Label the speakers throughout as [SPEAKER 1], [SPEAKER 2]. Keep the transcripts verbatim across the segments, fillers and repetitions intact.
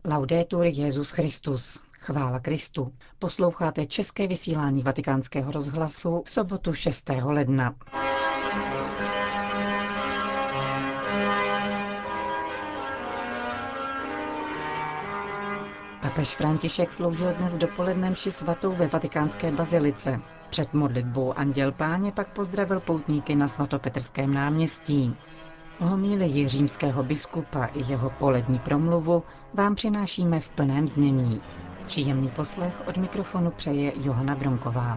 [SPEAKER 1] Laudetur Jesus Christus. Chvála Kristu. Posloucháte české vysílání Vatikánského rozhlasu v sobotu šestého ledna. Papež František sloužil dnes dopoledne mši svatou ve vatikánské bazilice. Před modlitbou Anděl Páně pak pozdravil poutníky na svatopetrském náměstí. Homílii římského biskupa i jeho polední promluvu vám přinášíme v plném znění. Příjemný poslech od mikrofonu přeje Johana Bronková.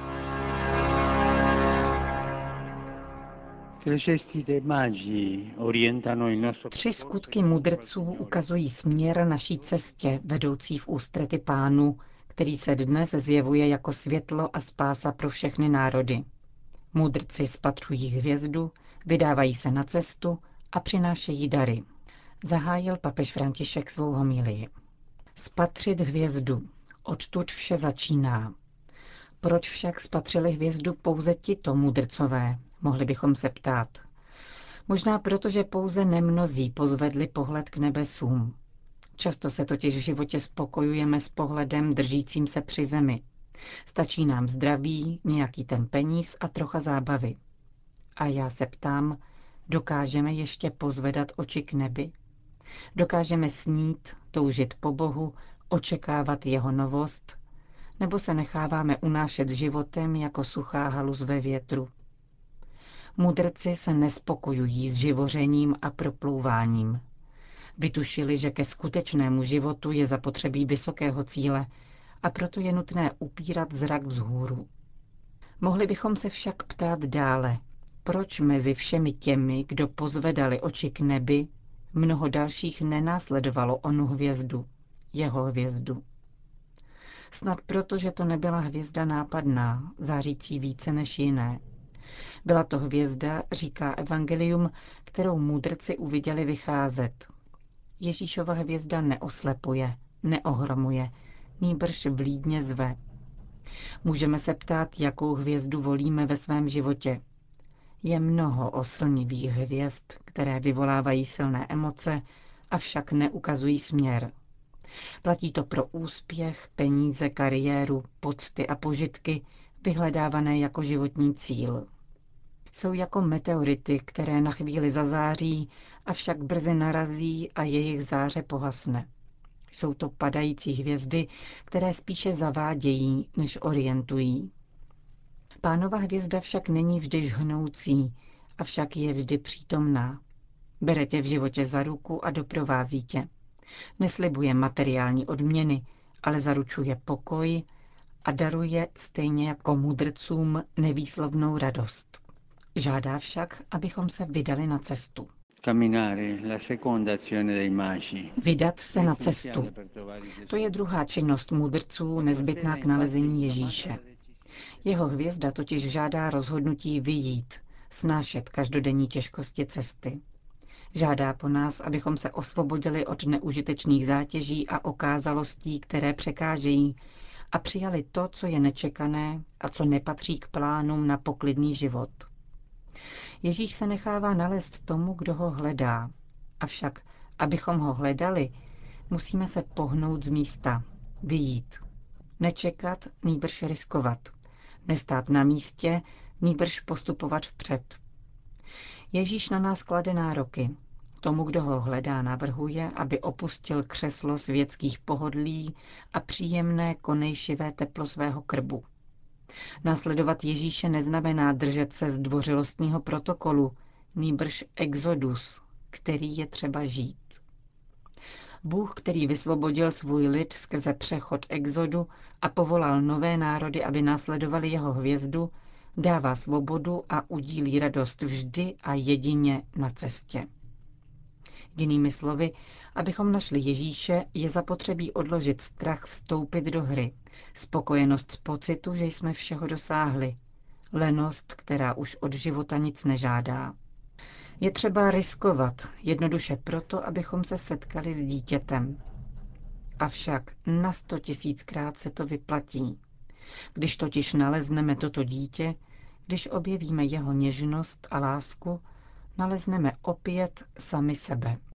[SPEAKER 1] Tři skutky mudrců ukazují směr naší cestě, vedoucí v ústrety Pánu, který se dnes zjevuje jako světlo a spása pro všechny národy. Mudrci spatřují hvězdu, vydávají se na cestu a přinášejí dary. Zahájil papež František svou homílii. Spatřit hvězdu. Odtud vše začíná. Proč však spatřili hvězdu pouze tito mudrcové, mohli bychom se ptát. Možná proto, že pouze nemnozí pozvedli pohled k nebesům. Často se totiž v životě spokojujeme s pohledem držícím se při zemi. Stačí nám zdraví, nějaký ten peníz a trocha zábavy. A já se ptám, dokážeme ještě pozvedat oči k nebi? Dokážeme snít, toužit po Bohu, očekávat jeho novost? Nebo se necháváme unášet životem jako suchá haluz ve větru? Mudrci se nespokojují s živořením a proplouváním. Vytušili, že ke skutečnému životu je zapotřebí vysokého cíle a proto je nutné upírat zrak vzhůru. Mohli bychom se však ptát dále, proč mezi všemi těmi, kdo pozvedali oči k nebi, mnoho dalších nenásledovalo onu hvězdu, jeho hvězdu. Snad proto, že to nebyla hvězda nápadná, zářící více než jiné. Byla to hvězda, říká evangelium, kterou mudrci uviděli vycházet. Ježíšova hvězda neoslepuje, neohromuje, nýbrž vlídně zve. Můžeme se ptát, jakou hvězdu volíme ve svém životě. Je mnoho oslnivých hvězd, které vyvolávají silné emoce, avšak neukazují směr. Platí to pro úspěch, peníze, kariéru, pocty a požitky, vyhledávané jako životní cíl. Jsou jako meteority, které na chvíli zazáří, avšak brzy narazí a jejich záře pohasne. Jsou to padající hvězdy, které spíše zavádějí, než orientují. Pánova hvězda však není vždy žhnoucí, avšak je vždy přítomná. Bere tě v životě za ruku a doprovází tě. Neslibuje materiální odměny, ale zaručuje pokoj a daruje stejně jako mudrcům nevýslovnou radost. Žádá však, abychom se vydali na cestu. Vydat se na cestu. To je druhá činnost mudrců nezbytná k nalezení Ježíše. Jeho hvězda totiž žádá rozhodnutí vyjít, snášet každodenní těžkosti cesty. Žádá po nás, abychom se osvobodili od neužitečných zátěží a okázalostí, které překážejí, a přijali to, co je nečekané a co nepatří k plánům na poklidný život. Ježíš se nechává nalézt tomu, kdo ho hledá. Avšak, abychom ho hledali, musíme se pohnout z místa, vyjít. Nečekat, nýbrž riskovat. Nestát na místě, nýbrž postupovat vpřed. Ježíš na nás klade nároky. Tomu, kdo ho hledá, navrhuje, aby opustil křeslo světských pohodlí a příjemné konejšivé teplo svého krbu. Následovat Ježíše neznamená držet se zdvořilostního protokolu, nýbrž exodus, který je třeba žít. Bůh, který vysvobodil svůj lid skrze přechod exodu a povolal nové národy, aby následovali jeho hvězdu, dává svobodu a udílí radost vždy a jedině na cestě. Jinými slovy, abychom našli Ježíše, je zapotřebí odložit strach vstoupit do hry, spokojenost z pocitu, že jsme všeho dosáhli, lenost, která už od života nic nežádá. Je třeba riskovat, jednoduše proto, abychom se setkali s dítětem. Avšak na sto tisíckrát se to vyplatí. Když totiž nalezneme toto dítě, když objevíme jeho něžnost a lásku, nalezneme opět sami sebe.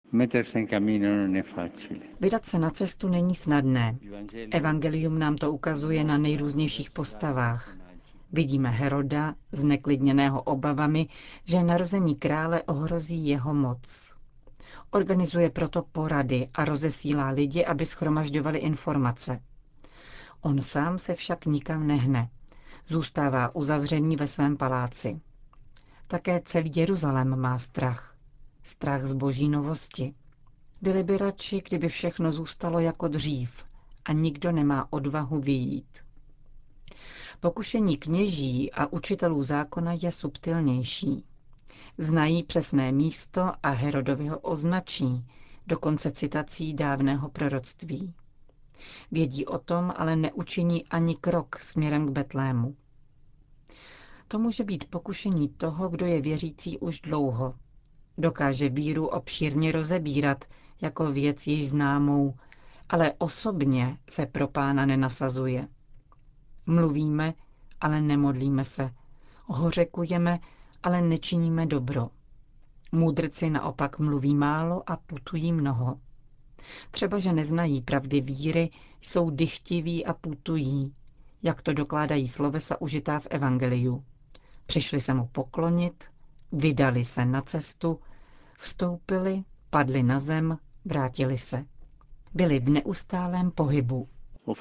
[SPEAKER 1] Vydat se na cestu není snadné. Evangelium nám to ukazuje na nejrůznějších postavách. Vidíme Heroda, zneklidněného obavami, že narození krále ohrozí jeho moc. Organizuje proto porady a rozesílá lidi, aby shromažďovali informace. On sám se však nikam nehne. Zůstává uzavřený ve svém paláci. Také celý Jeruzalém má strach. Strach z boží novosti. Byli by radši, kdyby všechno zůstalo jako dřív a nikdo nemá odvahu vyjít. Pokušení kněží a učitelů zákona je subtilnější. Znají přesné místo a Herodovi ho označí, dokonce citací dávného proroctví. Vědí o tom, ale neučiní ani krok směrem k Betlému. To může být pokušení toho, kdo je věřící už dlouho. Dokáže víru obšírně rozebírat jako věc již známou, ale osobně se pro Pána nenasazuje. Mluvíme, ale nemodlíme se. Hořekujeme, ale nečiníme dobro. Můdrci naopak mluví málo a putují mnoho. Třeba, že neznají pravdy víry, jsou dychtiví a putují, jak to dokládají slovesa užitá v Evangeliu. Přišli se mu poklonit, vydali se na cestu, vstoupili, padli na zem, vrátili se. Byli v neustálém pohybu.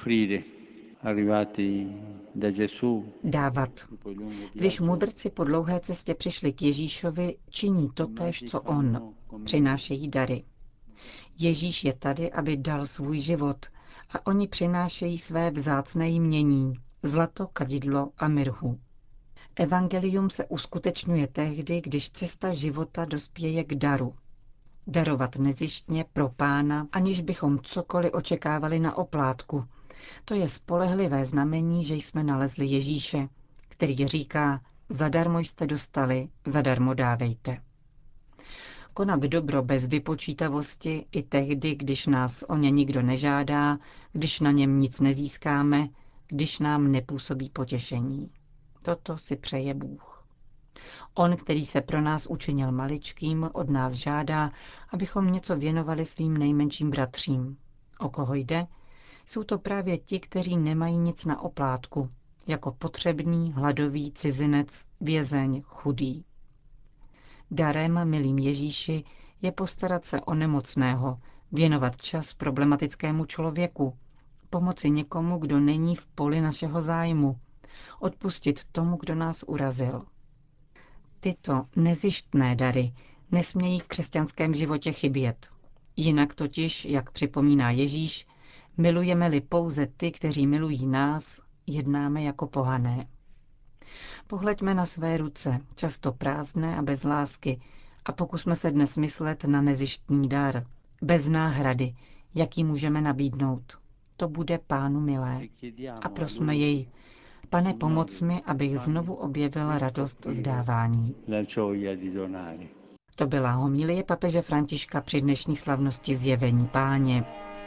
[SPEAKER 1] Dávat. Když mudrci po dlouhé cestě přišli k Ježíšovi, činí totéž, co on. Přinášejí dary. Ježíš je tady, aby dal svůj život a oni přinášejí své vzácné jmění, zlato, kadidlo a mirhu. Evangelium se uskutečňuje tehdy, když cesta života dospěje k daru. Darovat nezištně pro Pána, aniž bychom cokoliv očekávali na oplátku. To je spolehlivé znamení, že jsme nalezli Ježíše, který říká, zadarmo jste dostali, zadarmo dávejte. Konat dobro bez vypočítavosti i tehdy, když nás o ně nikdo nežádá, když na něm nic nezískáme, když nám nepůsobí potěšení. Toto si přeje Bůh. On, který se pro nás učinil maličkým, od nás žádá, abychom něco věnovali svým nejmenším bratřím. O koho jde? Jsou to právě ti, kteří nemají nic na oplátku, jako potřebný, hladový, cizinec, vězeň, chudý. Darem, milým Ježíši, je postarat se o nemocného, věnovat čas problematickému člověku, pomoci někomu, kdo není v poli našeho zájmu, odpustit tomu, kdo nás urazil. Tyto nezištné dary nesmějí v křesťanském životě chybět. Jinak totiž, jak připomíná Ježíš, milujeme-li pouze ty, kteří milují nás, jednáme jako pohané. Pohleďme na své ruce, často prázdné a bez lásky, a pokusme se dnes myslet na nezištný dar, bez náhrady, jaký můžeme nabídnout. To bude Pánu milé. A prosme jej, Pane, pomoc mi, abych znovu objevila radost z dávání. To byla homilie papeže Františka při dnešní slavnosti Zjevení Páně.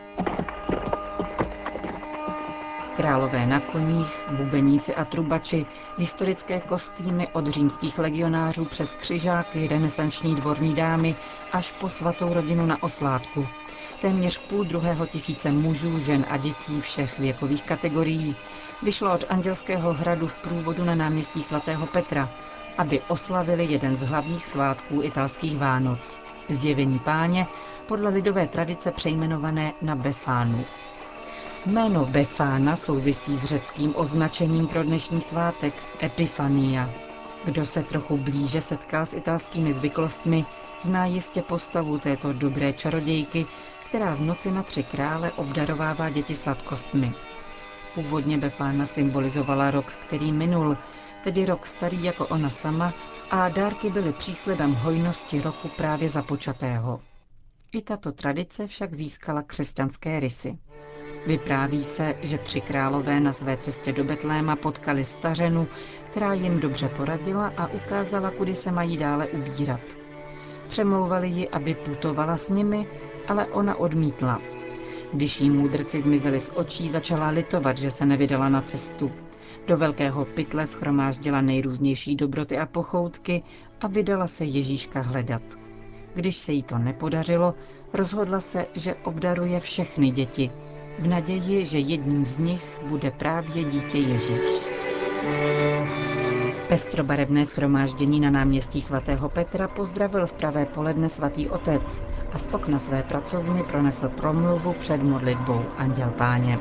[SPEAKER 1] Králové na koních, bubeníci a trubači, historické kostýmy od římských legionářů přes křižáky, renesanční dvorní dámy až po svatou rodinu na oslátku. Téměř půl druhého tisíce mužů, žen a dětí všech věkových kategorií vyšlo od Andělského hradu v průvodu na náměstí svatého Petra, aby oslavili jeden z hlavních svátků italských Vánoc. Zjevení Páně, podle lidové tradice přejmenované na Befánu. Jméno Befána souvisí s řeckým označením pro dnešní svátek Epifania. Kdo se trochu blíže setká s italskými zvyklostmi, zná jistě postavu této dobré čarodějky, která v noci na tři krále obdarovává děti sladkostmi. Původně Befána symbolizovala rok, který minul, tedy rok starý jako ona sama, a dárky byly příslibem hojnosti roku právě započatého. I tato tradice však získala křesťanské rysy. Vypráví se, že tři králové na své cestě do Betléma potkali stařenu, která jim dobře poradila a ukázala, kudy se mají dále ubírat. Přemlouvali ji, aby putovala s nimi, ale ona odmítla. Když jí můdrci zmizeli z očí, začala litovat, že se nevydala na cestu. Do velkého pytle shromáždila nejrůznější dobroty a pochoutky a vydala se Ježíška hledat. Když se jí to nepodařilo, rozhodla se, že obdaruje všechny děti, v naději, že jedním z nich bude právě dítě Ježíš. Pestrobarevné shromáždění na náměstí svatého Petra pozdravil v pravé poledne svatý otec a z okna své pracovny pronesl promluvu před modlitbou Anděl Páně.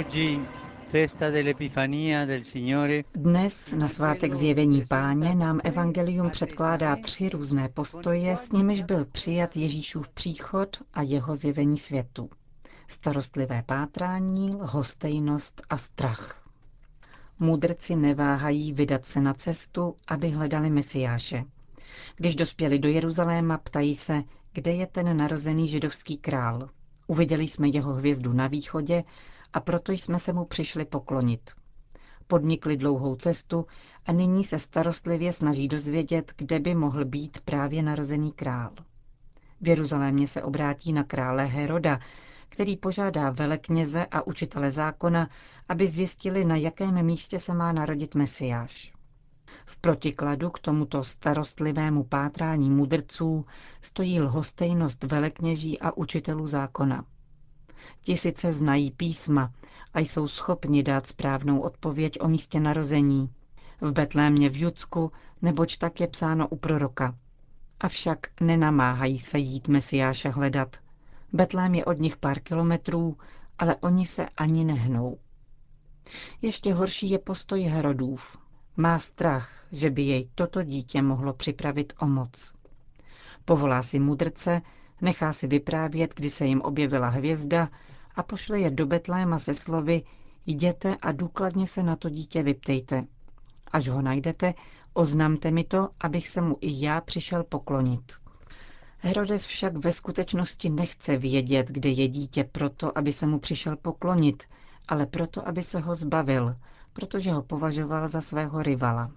[SPEAKER 1] Dnes na svátek zjevení Páně nám evangelium předkládá tři různé postoje, s nimiž byl přijat Ježíšův příchod a jeho zjevení světu. Starostlivé pátrání, lhostejnost a strach. Mudrci neváhají vydat se na cestu, aby hledali Mesiáše. Když dospěli do Jeruzaléma, ptají se, kde je ten narozený židovský král. Uviděli jsme jeho hvězdu na východě a proto jsme se mu přišli poklonit. Podnikli dlouhou cestu a nyní se starostlivě snaží dozvědět, kde by mohl být právě narozený král. V Jeruzalémě se obrátí na krále Heroda, který požádá velekněze a učitele zákona, aby zjistili, na jakém místě se má narodit Mesiáš. V protikladu k tomuto starostlivému pátrání mudrců stojí lhostejnost velekněží a učitelů zákona. Ti sice znají písma a jsou schopni dát správnou odpověď o místě narození. V Betlémě v Judsku, neboť tak je psáno u proroka. Avšak nenamáhají se jít Mesiáše hledat. Betlém je od nich pár kilometrů, ale oni se ani nehnou. Ještě horší je postoj Herodův. Má strach, že by jej toto dítě mohlo připravit o moc. Povolá si mudrce, nechá si vyprávět, kdy se jim objevila hvězda a pošle je do Betléma se slovy: jděte a důkladně se na to dítě vyptejte. Až ho najdete, oznamte mi to, abych se mu i já přišel poklonit. Herodes však ve skutečnosti nechce vědět, kde je dítě proto, aby se mu přišel poklonit, ale proto, aby se ho zbavil, protože ho považoval za svého rivala.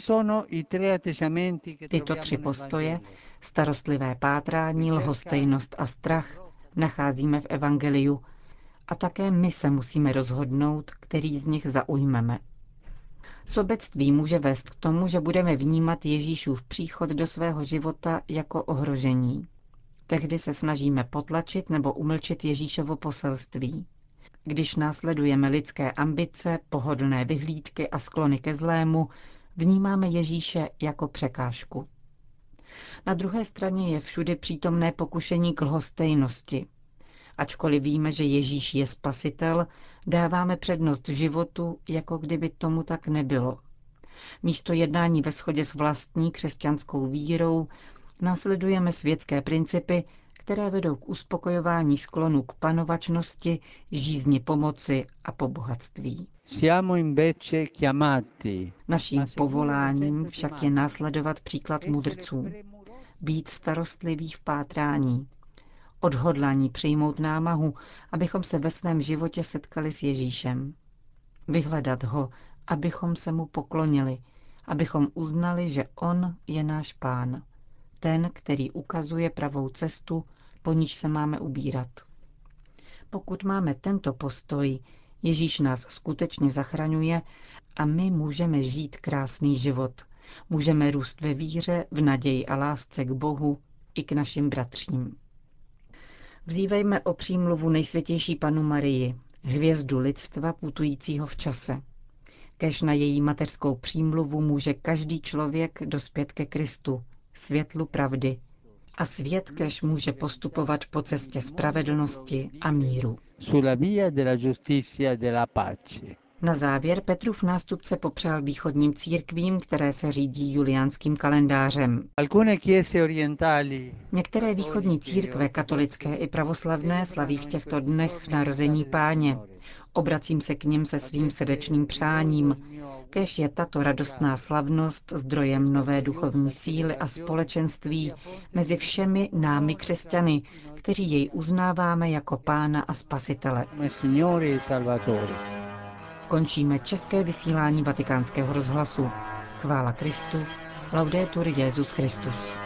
[SPEAKER 1] Tyto tři postoje, starostlivé pátrání, lhostejnost a strach, nacházíme v evangeliu a také my se musíme rozhodnout, který z nich zaujmeme. Sobectví může vést k tomu, že budeme vnímat Ježíšův příchod do svého života jako ohrožení. Tehdy se snažíme potlačit nebo umlčet Ježíšovo poselství. Když následujeme lidské ambice, pohodlné vyhlídky a sklony ke zlému, vnímáme Ježíše jako překážku. Na druhé straně je všude přítomné pokušení k lhostejnosti. Ačkoliv víme, že Ježíš je spasitel, dáváme přednost životu, jako kdyby tomu tak nebylo. Místo jednání ve shodě s vlastní křesťanskou vírou následujeme světské principy, které vedou k uspokojování sklonu k panovačnosti, žízni pomoci a po bohatství. Naším povoláním však je následovat příklad mudrců, být starostlivý v pátrání, odhodlání přijmout námahu, abychom se ve svém životě setkali s Ježíšem. Vyhledat ho, abychom se mu poklonili, abychom uznali, že on je náš Pán, ten, který ukazuje pravou cestu, po níž se máme ubírat. Pokud máme tento postoj, Ježíš nás skutečně zachraňuje a my můžeme žít krásný život. Můžeme růst ve víře, v naději a lásce k Bohu i k našim bratřím. Vzívejme o přímluvu nejsvětější Pannu Marii, hvězdu lidstva putujícího v čase. Kéž na její mateřskou přímluvu může každý člověk dospět ke Kristu, světlu pravdy, a svět kéž může postupovat po cestě spravedlnosti a míru. Na závěr Petrův nástupce popřál východním církvím, které se řídí juliánským kalendářem. Některé východní církve, katolické i pravoslavné, slaví v těchto dnech narození Páně. Obracím se k nim se svým srdečným přáním. Kéž je tato radostná slavnost zdrojem nové duchovní síly a společenství mezi všemi námi křesťany, kteří jej uznáváme jako Pána a Spasitele. Končíme české vysílání Vatikánského rozhlasu. Chvála Kristu. Laudetur Jesus Christus.